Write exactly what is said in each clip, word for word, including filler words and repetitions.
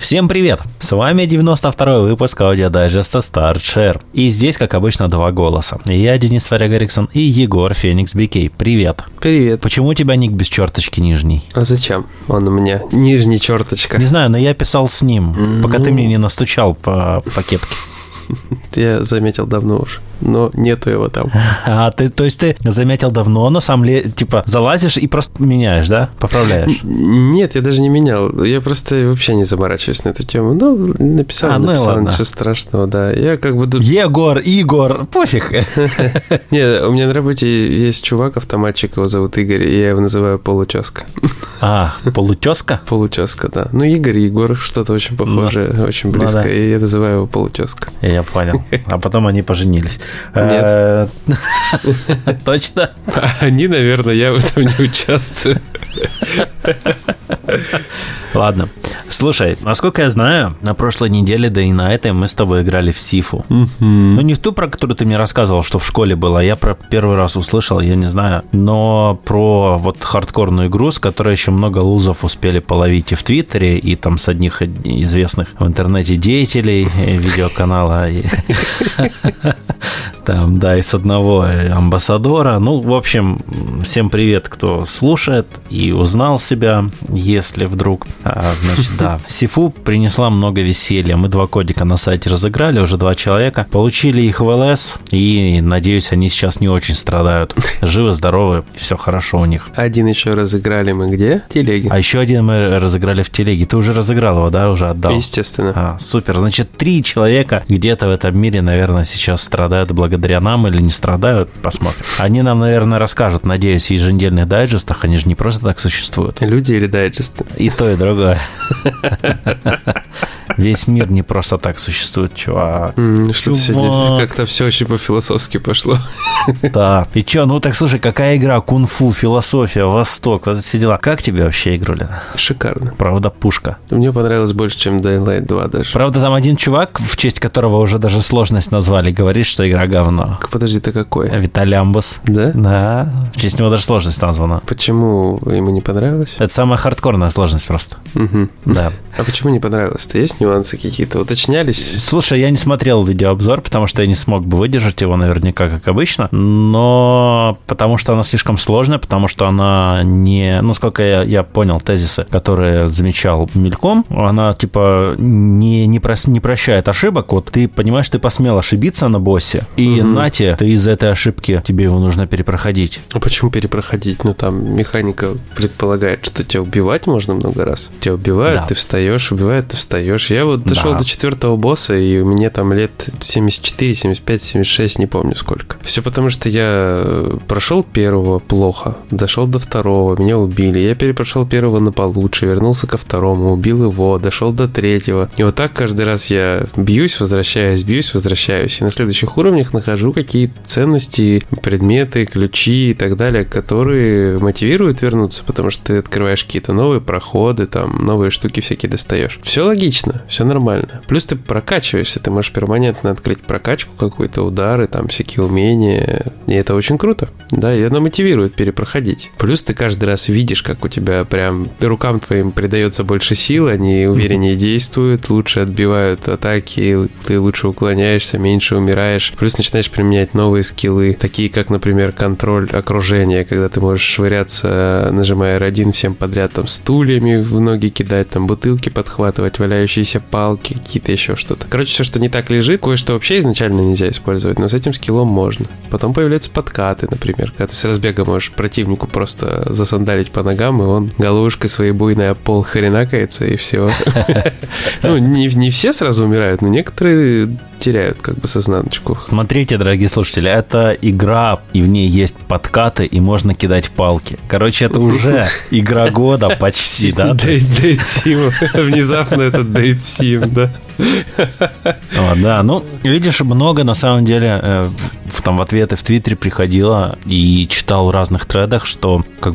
Всем привет! С вами девяносто второй выпуск аудиодайджеста StartShare. И здесь, как обычно, два голоса. Я, Денис Варяг Эриксон, и Егор Феникс Бикей. Привет. Привет. Почему у тебя ник без черточки нижней? А зачем? Он у меня нижний черточка. Не знаю, но я писал с ним, mm-hmm. пока ты мне не настучал по, по кепке. Я заметил давно уже, но нету его там. А ты, то есть ты заметил давно, но сам ли, типа, залазишь и просто меняешь, да? Поправляешь? Нет, я даже не менял. Я просто вообще не заморачиваюсь на эту тему. Ну, написал, а, написал, ну ничего страшного, да. Я как бы... Егор, Игорь, пофиг. Нет, у меня на работе есть чувак, автоматчик, его зовут Игорь, и я его называю Получеска. А, Полутеска? Получеска, да. Ну, Игорь и Егор, что-то очень похожее, ну, очень близко, ну, да. И я называю его Получеска. Я понял. А потом они поженились. Нет. Точно? Они, наверное, я в этом не участвую. Ладно. Слушай, насколько я знаю, на прошлой неделе, да и на этой мы с тобой играли в Сифу. Mm-hmm. Ну, не в ту, про которую ты мне рассказывал, что в школе было. Я про первый раз услышал, я не знаю. Но про вот хардкорную игру, с которой еще много лузов успели половить и в Твиттере, и там с одних известных в интернете деятелей видеоканала. Там, да, и с одного амбассадора. Ну, в общем, всем привет, кто слушает и узнал себя, если вдруг. А, значит, да, Сифу принесла много веселья. Мы два кодика на сайте разыграли, уже два человека. Получили их в ЛС, и, надеюсь, они сейчас не очень страдают. Живы, здоровы, и все хорошо у них. Один еще разыграли мы где? В телеге. А еще один мы разыграли в телеге. Ты уже разыграл его, да? Уже отдал? Естественно. А, супер. Значит, три человека где-то в этом мире, наверное, сейчас страдают благодаря нам или не страдают. Посмотрим. Они нам, наверное, расскажут, надеюсь, в еженедельных дайджестах. Они же не просто так существуют. Люди или дайджесты? И то, и другое. Весь мир не просто так существует, чувак. Mm, что-то сегодня как-то все очень по-философски пошло. Да. И что, ну так слушай, какая игра? Кунг-фу, философия, Восток, вот эти все дела. Как тебе вообще игруля? Шикарно. Правда, пушка. Мне понравилось больше, чем Dying Light два даже. Правда, там один чувак, в честь которого уже даже сложность назвали, говорит, что игра говно. Подожди, ты какой? Виталямбус. Да? Да. В честь него даже сложность названа. Почему ему не понравилось? Это самая хардкорная сложность просто. Угу. Да. А почему не понравилось-то? Есть нюансы какие-то? Уточнялись? Слушай, я не смотрел видеообзор, потому что я не смог бы выдержать его наверняка, как обычно, но потому что она слишком сложная, потому что она не... Ну, сколько я, я понял тезисы, которые замечал мельком, она, типа, не, не, прос, не прощает ошибок. Вот ты понимаешь, ты посмел ошибиться на боссе, и угу. нате, ты из-за этой ошибки, тебе его нужно перепроходить. А почему перепроходить? Ну, там механика предполагает, что тебя убивать можно много раз. Тебя убивают, да. Ты встаешь, убивают, ты встаешь. Я вот дошел да. до четвертого босса, и у меня там лет семьдесят четыре, семьдесят пять, семьдесят шесть, не помню сколько. Все потому, что я прошел первого плохо, дошел до второго, меня убили. Я перепрошел первого на получше, вернулся ко второму, убил его, дошел до третьего. И вот так каждый раз я бьюсь, возвращаюсь, бьюсь, возвращаюсь. И на следующих уровнях нахожу какие-то ценности, предметы, ключи и так далее, которые мотивируют вернуться, потому что ты открываешь какие-то новые проходы, там, новые штуки всякие достаешь. Все логично, все нормально. Плюс ты прокачиваешься, ты можешь перманентно открыть прокачку, какие-то удары, там, всякие умения. И это очень круто. Да, и оно мотивирует перепроходить. Плюс ты каждый раз видишь, как у тебя прям рукам твоим придается больше сил, они увереннее действуют, лучше отбивают атаки, ты лучше уклоняешься, меньше умираешь. Плюс начинаешь применять новые скиллы, такие как, например, контроль окружения, когда ты можешь швыряться, нажимая эр один всем подряд, там, стульями в ноги кидать, там, бутылки подхватывать, валяющиеся палки, какие-то еще что-то. Короче, все, что не так лежит, кое-что вообще изначально нельзя использовать, но с этим скиллом можно. Потом появляются подкаты, например, когда ты с разбега можешь противнику просто засандалить по ногам, и он головушкой своей буйной об пол хренакается, и все. Ну, не все сразу умирают, но некоторые теряют как бы сознаночку. Смотрите, дорогие слушатели, это игра, и в ней есть подкаты, и можно кидать палки. Короче, это уже игра года почти, да? Дейт-сим. Внезапно это дейт-сим, да. О, да, ну, видишь, много на самом деле э, в, там, в ответы в Твиттере приходило и читал в разных тредах, что как бы вот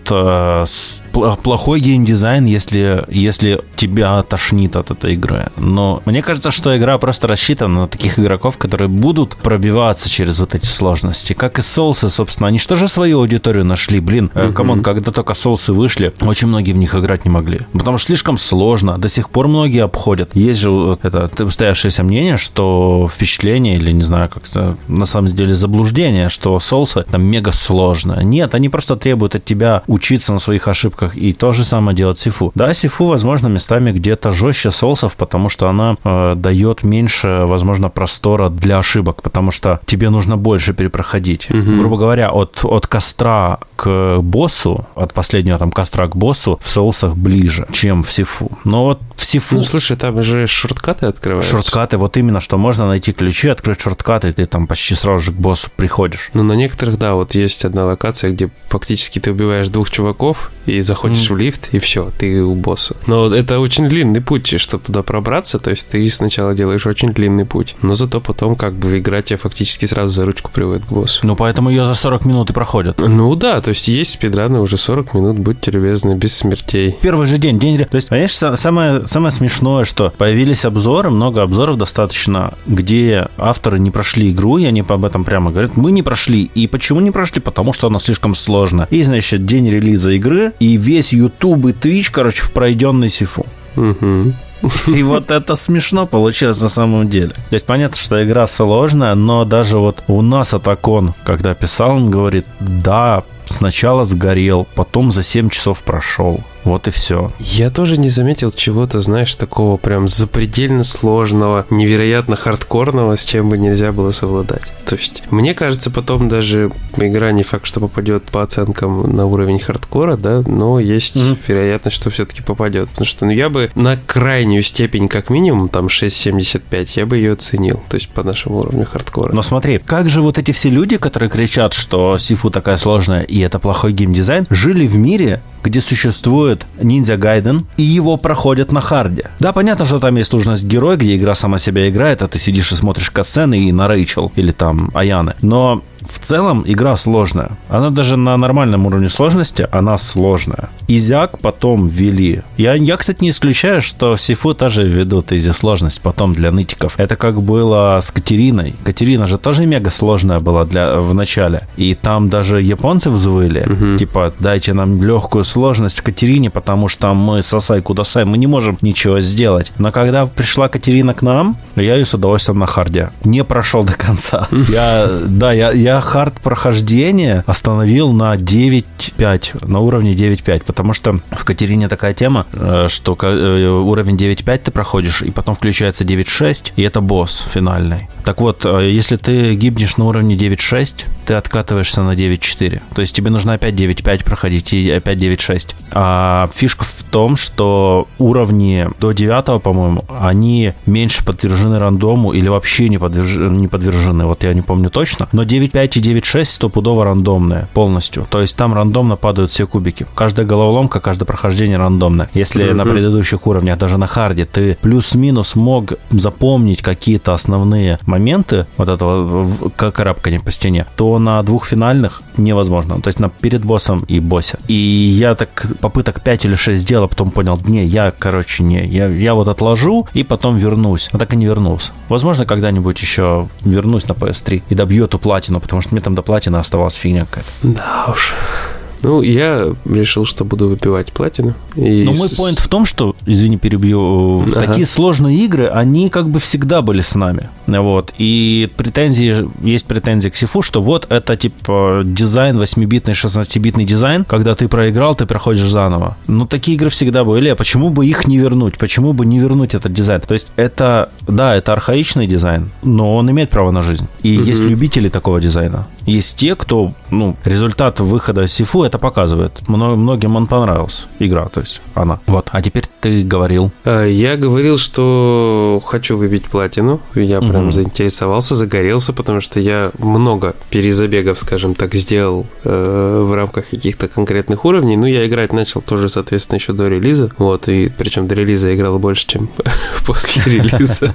э, плохой геймдизайн, если, если тебя тошнит от этой игры. Но мне кажется, что игра просто рассчитана на таких игроков, которые будут пробиваться через вот эти сложности. Как и Souls'ы, собственно. Они что же свою аудиторию нашли? Блин, uh-huh. камон, когда только Souls'ы вышли, очень многие в них играть не могли. Потому что слишком сложно. До сих пор многие обходят. Есть же это устоявшееся мнение, что впечатление, или не знаю, как-то на самом деле заблуждение, что Souls'ы там мега сложно. Нет, они просто требуют от тебя учиться на своих ошибках и то же самое делать Сифу. Да, Сифу, возможно, местами где-то жестче Souls'ов, потому что она э, дает меньше, возможно, простора для ошибок, потому что тебе нужно больше перепроходить. Mm-hmm. Грубо говоря, от, от костра к боссу, от последнего там костра к боссу в Souls'ах ближе, чем в Сифу. Но вот в Сифу... Ну, слушай, там же шорткаты открываются. Шорткаты, вот именно, что можно найти ключи, открыть шорткаты, и ты там почти сразу же к боссу приходишь. Ну, на некоторых, да, вот есть одна локация, где фактически ты убиваешь двух чуваков и заходишь mm. в лифт, и все, ты у босса. Но это очень длинный путь, чтобы туда пробраться, то есть ты сначала делаешь очень длинный путь, но зато потом как бы игра тебя фактически сразу за ручку приводит к боссу. Ну, поэтому ее за сорок минут и проходят. Ну, да, то есть есть спидраны уже сорок минут, будьте любезны, без смертей. Первый же день, день... То есть, понимаешь, самое, самое смешное, что появились обзоры, много обзоров достаточно, где авторы не прошли игру, и они об этом прямо говорят, мы не прошли. И почему не прошли? Потому что она слишком сложна. И, значит, день релиза игры, и весь YouTube и Twitch, короче, в пройденный Сифу. Угу. И вот это смешно получилось на самом деле. То есть понятно, что игра сложная, но даже вот у нас Атакон, когда писал, он говорит, да, сначала сгорел, потом за семь часов прошел. Вот и все. Я тоже не заметил чего-то, знаешь, такого прям запредельно сложного, невероятно хардкорного, с чем бы нельзя было совладать. То есть, мне кажется, потом даже игра не факт, что попадет по оценкам на уровень хардкора, да, но есть mm-hmm. вероятность, что все-таки попадет. Потому что ну, я бы на крайнюю степень, как минимум, там шесть семьдесят пять, я бы ее оценил. То есть, по нашему уровню хардкора. Но смотри, как же вот эти все люди, которые кричат, что Сифу такая сложная и это плохой геймдизайн, жили в мире, где существует Ninja Gaiden, и его проходят на харде. Да, понятно, что там есть сложность героя, где игра сама себя играет, а ты сидишь и смотришь катсцены и на Рэйчел или там Аяны. Но в целом игра сложная. Она даже на нормальном уровне сложности, она сложная. Изяк потом ввели. Я, я, кстати, не исключаю, что в Сифу тоже введут изи-сложность потом для нытиков. Это как было с Катериной. Катерина же тоже мега сложная была для, в начале. И там даже японцы взвыли. Угу. Типа, дайте нам легкую сложность в Катерине, потому что мы сосай-кудасай, мы не можем ничего сделать. Но когда пришла Катерина к нам, я ее с удовольствием на харде не прошел до конца. Я, да, я, я хард прохождения остановил на девять пять, на уровне девять пять, потому что в Катерине такая тема, что уровень девять пять ты проходишь, и потом включается девять шесть, и это босс финальный. Так вот, если ты гибнешь на уровне девять шесть, ты откатываешься на девять четыре. То есть тебе нужно опять девять пять проходить и опять девять шесть. А фишка в том, что уровни до девятого, по-моему, они меньше подвержены рандому или вообще не подвержены, не подвержены. Вот я не помню точно. Но девять пять и девять шесть стопудово рандомные полностью. То есть там рандомно падают все кубики. Каждая головоломка, каждое прохождение рандомное. Если mm-hmm. на предыдущих уровнях, даже на харде, ты плюс-минус мог запомнить какие-то основные моменты вот этого карабкания по стене, то на двух финальных невозможно. То есть на перед боссом и боссе. И я так попыток пять или шесть сделал, а потом понял, не, я, короче, не, я, я вот отложу и потом вернусь. Но так и не вернулся. Возможно, когда-нибудь еще вернусь на пи эс три и добью эту платину, потому что мне там до платины оставалась фигня какая-то. Да уж. Ну, я решил, что буду выпивать платину. И Но мой поинт в том, что, извини, перебью, ага. такие сложные игры, они как бы всегда были с нами. Вот. И претензии, есть претензии к Сифу, что вот это типа дизайн восьмибитный, шестнадцатибитный дизайн, когда ты проиграл, ты проходишь заново. Но такие игры всегда были. А почему бы их не вернуть? Почему бы не вернуть этот дизайн? То есть это, да, это архаичный дизайн, но он имеет право на жизнь. И угу. есть любители такого дизайна. Есть те, кто, ну, результат выхода Сифу это показывает. Многим он понравился. Игра, то есть она. Вот. А теперь ты говорил. Я говорил, что хочу выпить платину. Я прям угу. заинтересовался, загорелся, потому что я много перезабегов, скажем так, сделал э, в рамках каких-то конкретных уровней. Ну, я играть начал тоже, соответственно, еще до релиза. Вот. И причем до релиза я играл больше, чем после релиза.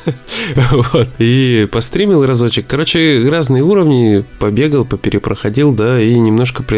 Вот. И постримил разочек. Короче, разные уровни побегал, поперепроходил, да, и немножко приноровился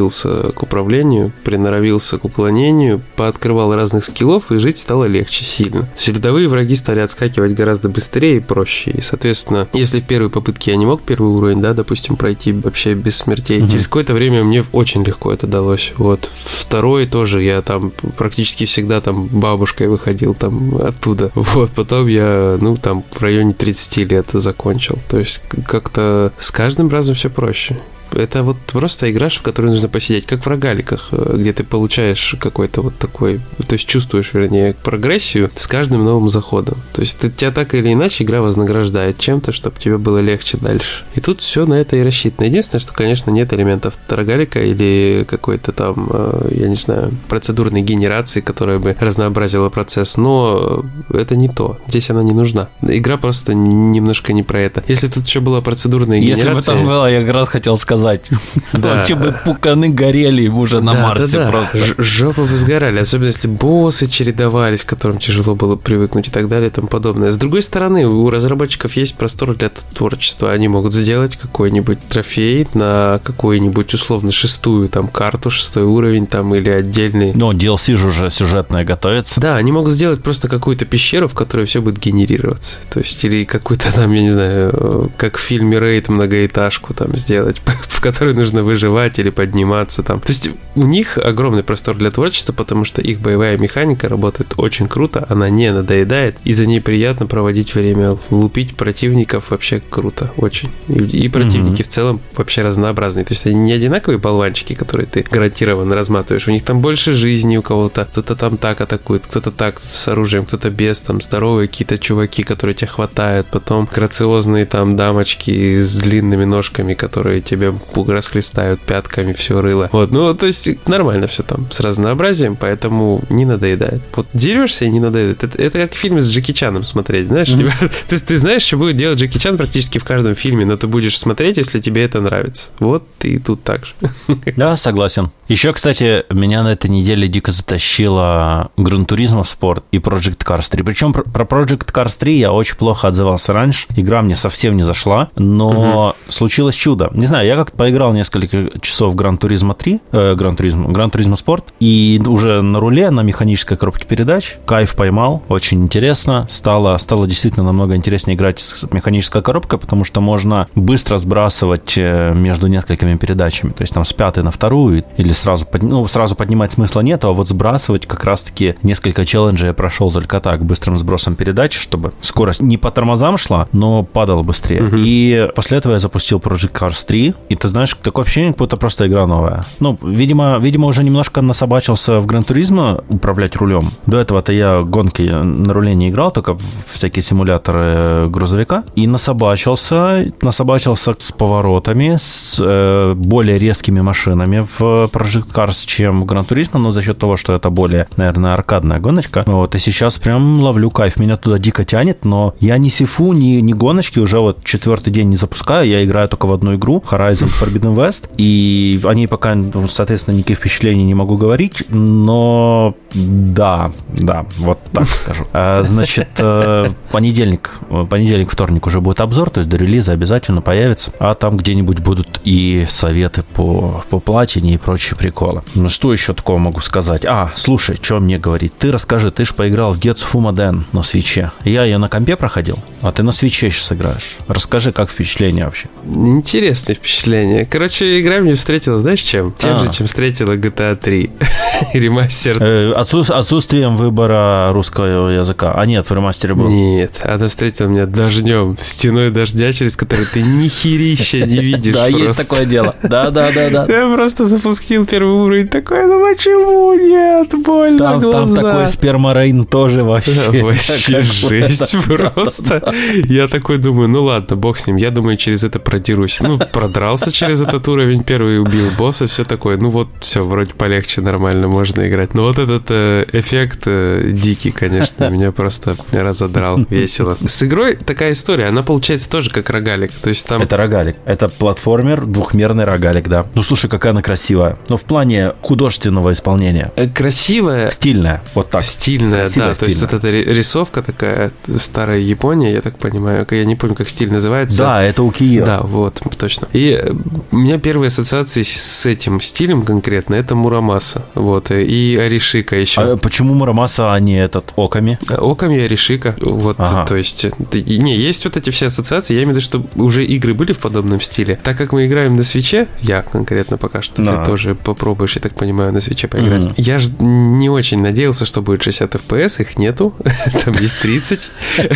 приноровился к управлению, приноровился к уклонению, пооткрывал разных скиллов, и жить стало легче сильно. Рядовые враги стали отскакивать гораздо быстрее и проще. И, соответственно, если в первой попытке я не мог первый уровень, да, допустим, пройти вообще без смертей, mm-hmm. через какое-то время мне очень легко это далось. Вот. Второй тоже я там практически всегда там бабушкой выходил там оттуда. Вот. Потом я, ну, там в районе тридцати лет закончил. То есть как-то с каждым разом все проще. Это вот просто играешь, в которой нужно посидеть, как в рогаликах, где ты получаешь какой-то вот такой, то есть чувствуешь, вернее, прогрессию с каждым новым заходом. То есть ты, тебя так или иначе игра вознаграждает чем-то, чтобы тебе было легче дальше. И тут все на это и рассчитано. Единственное, что, конечно, нет элементов рогалика или какой-то там, я не знаю, процедурной генерации, которая бы разнообразила процесс, но это не то. Здесь она не нужна. Игра просто немножко не про это. Если тут еще была процедурная генерация... Если бы там было, я как раз хотел сказать, да. Вообще бы пуканы горели уже на да, Марсе да, да. просто. Ж- жопы бы сгорали, особенно если боссы чередовались, к которым тяжело было привыкнуть и так далее и тому подобное. С другой стороны, у разработчиков есть простор для творчества. Они могут сделать какой-нибудь трофей на какую-нибудь условно шестую там карту, шестой уровень там или отдельный. Ну, ди эл си же уже сюжетное готовится. Да, они могут сделать просто какую-то пещеру, в которой все будет генерироваться. То есть, или какую-то там, я не знаю, как в фильме Рейд многоэтажку там сделать, в которой нужно выживать или подниматься там. То есть у них огромный простор для творчества, потому что их боевая механика работает очень круто, она не надоедает, и за ней приятно проводить время. Лупить противников вообще круто, очень. И, и противники mm-hmm. в целом вообще разнообразные. То есть они не одинаковые болванчики, которые ты гарантированно разматываешь. У них там больше жизни у кого-то. Кто-то там так атакует, кто-то так с оружием, кто-то без. Там здоровые какие-то чуваки, которые тебя хватают. Потом грациозные там дамочки с длинными ножками, которые тебе расхлестают пятками все рыло. Вот, ну, то есть нормально все там с разнообразием, поэтому не надоедает. Вот дерешься и не надоедает. Это, это как фильмы с Джеки Чаном смотреть, знаешь? Mm-hmm. Тебя, ты, ты знаешь, что будет делать Джеки Чан практически в каждом фильме, но ты будешь смотреть, если тебе это нравится. Вот и тут так же. Да, согласен. Еще, кстати, меня на этой неделе дико затащила Gran Turismo Sport и Project Cars три. Причем про Project Cars три я очень плохо отзывался раньше. Игра мне совсем не зашла, но угу. случилось чудо. Не знаю, я как-то поиграл несколько часов в Gran Turismo три, э, Gran Turismo, Gran Turismo Sport, и уже на руле, на механической коробке передач, кайф поймал, очень интересно. Стало, стало действительно намного интереснее играть с механической коробкой, потому что можно быстро сбрасывать между несколькими передачами. То есть там с пятой на вторую или сразу, под, ну, сразу поднимать смысла нет, а вот сбрасывать как раз-таки несколько челленджей я прошел только так, быстрым сбросом передач, чтобы скорость не по тормозам шла, но падала быстрее. Uh-huh. И после этого я запустил Project Cars три, и ты знаешь, такое ощущение, как будто просто игра новая. Ну, видимо, видимо, уже немножко насобачился в Gran Turismo управлять рулем. До этого-то я гонки на руле не играл, только всякие симуляторы грузовика, и насобачился, насобачился с поворотами, с э, более резкими машинами в Project Cars, чем в Gran Turismo, но за счет того, что это более, наверное, аркадная гоночка. Вот, и сейчас прям ловлю кайф. Меня туда дико тянет, но я ни сифу, ни, ни гоночки уже вот четвертый день не запускаю. Я играю только в одну игру, Horizon Forbidden West, и о ней пока, соответственно, никаких впечатлений не могу говорить, но да, да, вот так скажу. Значит, понедельник, понедельник, вторник уже будет обзор, то есть до релиза обязательно появится, а там где-нибудь будут и советы по, по платине и прочие приколы. Ну, что еще такого могу сказать? А, слушай, что мне говорить? Ты расскажи, ты же поиграл в Getsu Fumaden на свитче. Я ее на компе проходил, а ты на свитче сейчас играешь. Расскажи, как впечатление вообще? Интересное впечатление. Короче, игра мне встретила, знаешь, чем? Тем а. же, чем встретила джи ти эй три. Ремастер. Э, отсу- отсутствием выбора русского языка. А нет, в ремастере был. Нет, она встретила меня дождем, стеной дождя, через который ты ни херища не видишь. Да, есть такое дело. Да, да, да, да. Я просто запустил первый уровень, такой, ну почему нет? Больно глаза. Там такой сперморейн тоже вообще. Вообще жесть просто. Я такой думаю, ну ладно, бог с ним. Я думаю, через это продерусь. Ну, продрался через этот уровень, первый убил босса, все такое. Ну вот, все, вроде полегче, нормально, можно играть. Но вот этот э, эффект э, дикий, конечно, меня просто разодрал. Весело. С игрой такая история, она получается тоже как рогалик. То есть там... Это рогалик. Это платформер, двухмерный рогалик, да. Ну, слушай, какая она красивая. Ну, в плане художественного исполнения. Красивая. Стильная, вот так. Стильная, красивая, да. Стильная. То есть вот эта рисовка такая, старая Япония, я так понимаю. Я не помню, как стиль называется. Да, это укиё. Да, вот, точно. И у меня первые ассоциации с этим стилем конкретно это Мурамаса, вот, и Аришика еще. А почему Мурамаса, а не этот Оками? Оками и Аришика, вот, ага. То есть, не, есть вот эти все ассоциации, я имею в виду, что уже игры были в подобном стиле. Так как мы играем на свитче, я конкретно пока что, да. Ты тоже попробуешь, я так понимаю, на свитче поиграть. Mm-hmm. Я же не очень надеялся, что будет шестьдесят эф пи эс, их нету, там есть тридцать.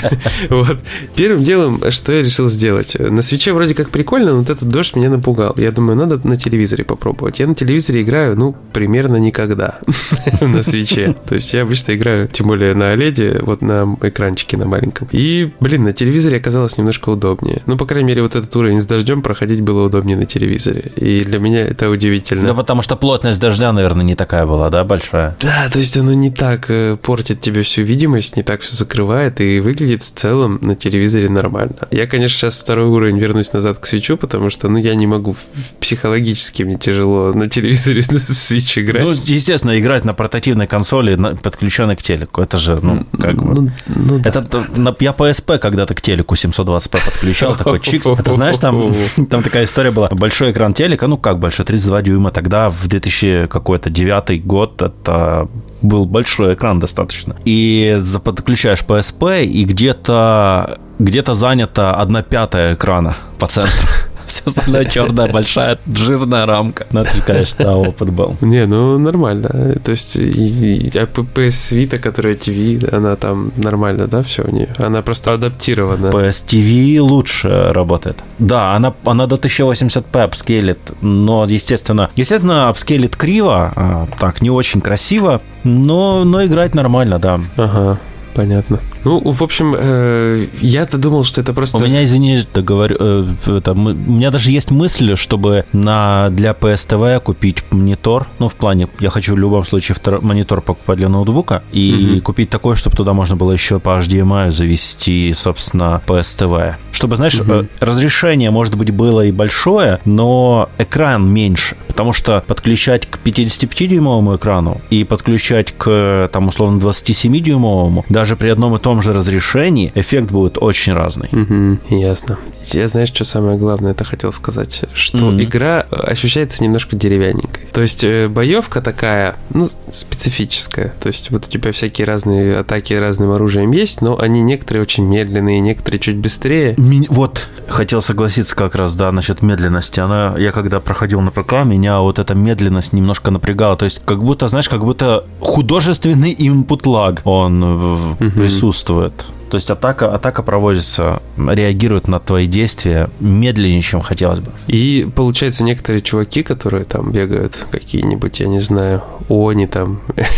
Вот. Первым делом, что я решил сделать. На свитче вроде как прикольно, но вот этот дождь меня напугал. Я думаю, надо на телевизоре попробовать. Я на телевизоре играю, ну, примерно никогда на свитче. То есть я обычно играю, тем более на оледе, вот на экранчике на маленьком. И, блин, на телевизоре оказалось немножко удобнее. Ну, по крайней мере, вот этот уровень с дождем проходить было удобнее на телевизоре. И для меня это удивительно. Да, потому что плотность дождя, наверное, не такая была, да, большая? Да, то есть оно не так э, портит тебе всю видимость, не так все закрывает, и выглядит в целом на телевизоре нормально. Я, конечно, сейчас второй уровень вернусь назад к свитчу, потому что, ну, я не могу, психологически мне тяжело на телевизоре свитч играть. Ну, естественно, играть на портативной консоли, подключенной к телеку, это же, ну, как бы... Ну, ну, да. Это, я пи эс пи когда-то к телеку семьсот двадцать пи подключал, такой чикс. Это, знаешь, там, там такая история была. Большой экран телека, ну, как большой, тридцать два дюйма, тогда в две тысячи девятый год это... был большой экран достаточно. И подключаешь пи эс пи, и где-то, где-то занята одна пятая экрана по центру. Все остальное черная, большая, жирная рамка. Ну, это, конечно, да, опыт был. Не, ну, нормально. То есть, пи эс Vita, которая ти ви, она там нормально, да, все у нее? Она просто адаптирована. пи эс ти ви лучше работает. Да, она, она до тысяча восемьдесят пи апскейлит, но, естественно, естественно, апскейлит криво, так, не очень красиво, но, но играть нормально, да. Ага. Понятно. Ну, в общем, э, я-то думал, что это просто... У меня, извини, договорю, э, это, у меня даже есть мысль, чтобы на, для пи эс ти ви купить монитор. Ну, в плане, я хочу в любом случае втор, монитор покупать для ноутбука и угу. купить такой, чтобы туда можно было еще по эйч ди эм ай завести, собственно, пи эс ти ви. Чтобы, знаешь, угу. разрешение, может быть, было и большое, но экран меньше. Потому что подключать к пятидесятипятидюймовому экрану и подключать к, там, условно, двадцатисемидюймовому, даже при одном и том же разрешении, эффект будет очень разный. Угу, ясно. Я, знаешь, что самое главное это хотел сказать? Что mm-hmm. игра ощущается немножко деревянненькой. То есть боевка такая, ну, специфическая. То есть вот у тебя всякие разные атаки разным оружием есть, но они некоторые очень медленные, некоторые чуть быстрее. Ми- вот, хотел согласиться как раз, да, насчет медленности. Она, я когда проходил на ПК, меня вот эта медленность немножко напрягала. То есть как будто, знаешь, как будто художественный input-lag, он mm-hmm. присутствует. То есть атака, атака проводится, реагирует на твои действия медленнее, чем хотелось бы. И получается, некоторые чуваки, которые там бегают, какие-нибудь, я не знаю, они там,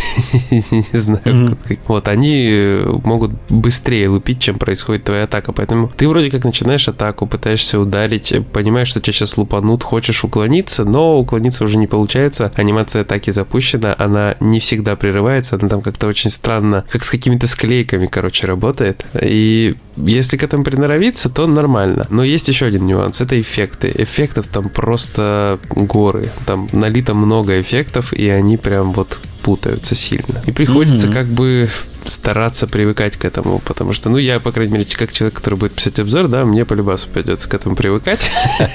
не знаю, mm-hmm. вот, они могут быстрее лупить, чем происходит твоя атака. Поэтому ты вроде как начинаешь атаку, пытаешься ударить, понимаешь, что тебя сейчас лупанут, хочешь уклониться, но уклониться уже не получается. Анимация атаки запущена, она не всегда прерывается, она там как-то очень странно, как с какими-то склейками, короче, работает. И если к этому приноровиться, то нормально. Но есть еще один нюанс. Это эффекты. Эффектов там просто горы. Там налито много эффектов, и они прям вот путаются сильно. И приходится mm-hmm. как бы стараться привыкать к этому, потому что, ну, я, по крайней мере, как человек, который будет писать обзор, да, мне по-любасу придется к этому привыкать.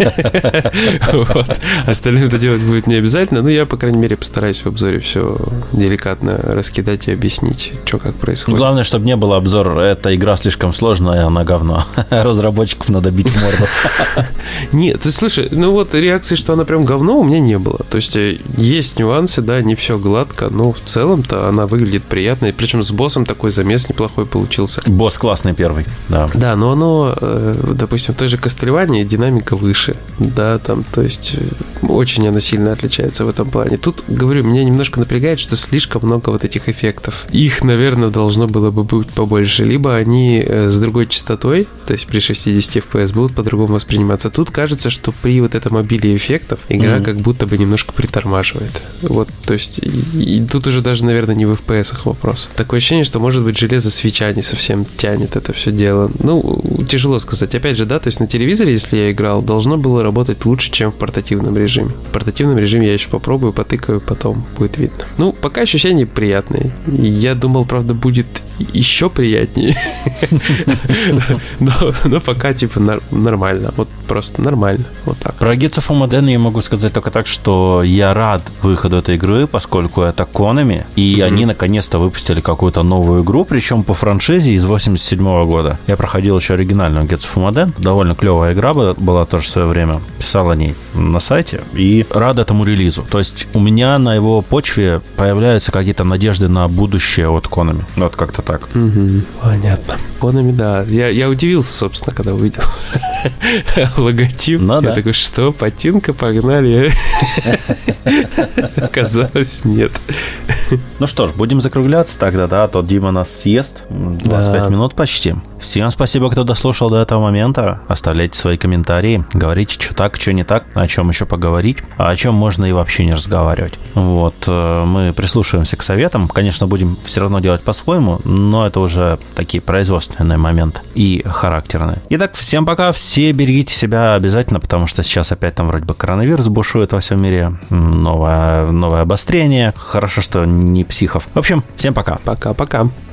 Остальным это делать будет не обязательно, но я, по крайней мере, постараюсь в обзоре все деликатно раскидать и объяснить, что как происходит. Главное, чтобы не было обзора, эта игра слишком сложная, она говно. Разработчиков надо бить в морду. Нет, ты слушай, ну вот реакции, что она прям говно, у меня не было. То есть есть нюансы, да, не все гладко, но в целом-то она выглядит приятно, и причем с боссом такой замес неплохой получился. Босс классный первый, да. Да, но оно, допустим, в той же Castlevania динамика выше, да, там, то есть очень она сильно отличается в этом плане. Тут, говорю, меня немножко напрягает, что слишком много вот этих эффектов. Их, наверное, должно было бы быть побольше. Либо они с другой частотой, то есть при шестидесяти эф пи эс будут по-другому восприниматься. Тут кажется, что при вот этом обилии эффектов игра mm-hmm. как будто бы немножко притормаживает. Вот, то есть и, и тут уже даже, наверное, не в эф пи эсах вопрос. Такое ощущение, что, может быть, железо свитча не совсем тянет это все дело. Ну, тяжело сказать. Опять же, да, то есть на телевизоре, если я играл, должно было работать лучше, чем в портативном режиме. В портативном режиме я еще попробую, потыкаю, потом будет видно. Ну, пока ощущения приятные. Я думал, правда, будет еще приятнее. но, но пока, типа, нар- нормально. Вот просто нормально. Вот так. Про Gates of Amaden я могу сказать только так, что я рад выходу этой игры, поскольку это Konami, и mm-hmm. они наконец-то выпустили какую-то новую игру, причем по франшизе из восемьдесят седьмого года. Я проходил еще оригинальную Gates of Amaden. Довольно клевая игра была, была тоже в свое время. Писал о ней на сайте. И рад этому релизу. То есть у меня на его почве появляются какие-то надежды на будущее от Konami. Вот как-то так. Mm-hmm. Понятно. Konami, да. Я, я удивился, собственно, когда увидел логотип. Ну, я да. такой, что, Патинка, погнали. Оказалось, нет. Ну что ж, будем закругляться тогда, да, а то Дима нас съест. двадцать пять да. минут почти. Всем спасибо, кто дослушал до этого момента. Оставляйте свои комментарии, говорите, что так, что не так, о чем еще поговорить, а о чем можно и вообще не разговаривать. Вот, мы прислушиваемся к советам. Конечно, будем все равно делать по-своему, но это уже такие производственные моменты и характерные. Итак, всем пока, все берегите себя обязательно, потому что сейчас опять там вроде бы коронавирус бушует во всем мире, новое, новое обострение. Хорошо, что не психов. В общем, всем пока. Пока-пока.